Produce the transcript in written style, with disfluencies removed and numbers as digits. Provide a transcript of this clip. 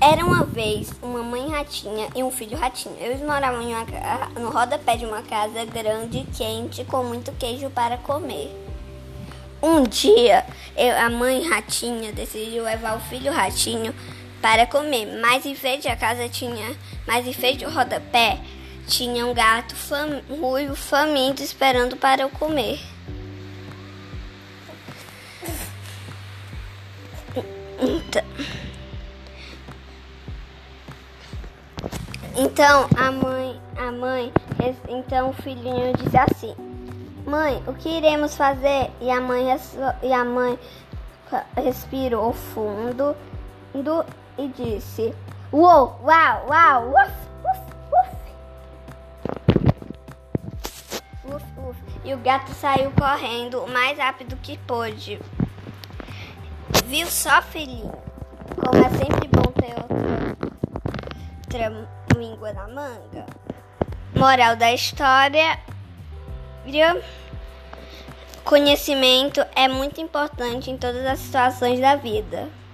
Era uma vez uma mãe ratinha e um filho ratinho. Eles moravam no rodapé de uma casa grande, quente, com muito queijo para comer. Um dia, a mãe ratinha decidiu levar o filho ratinho para comer, mas em vez de rodapé, tinha um gato ruivo faminto esperando para o comer. Então o filhinho disse assim: Mãe, o que iremos fazer? E a mãe respirou fundo e disse: Uou, uau, uau, uf, uf, uf. Uf, uf. E o gato saiu correndo o mais rápido que pôde. Viu só, filhinho? Como é sempre bom ter outra língua na manga. Moral da história: conhecimento é muito importante em todas as situações da vida.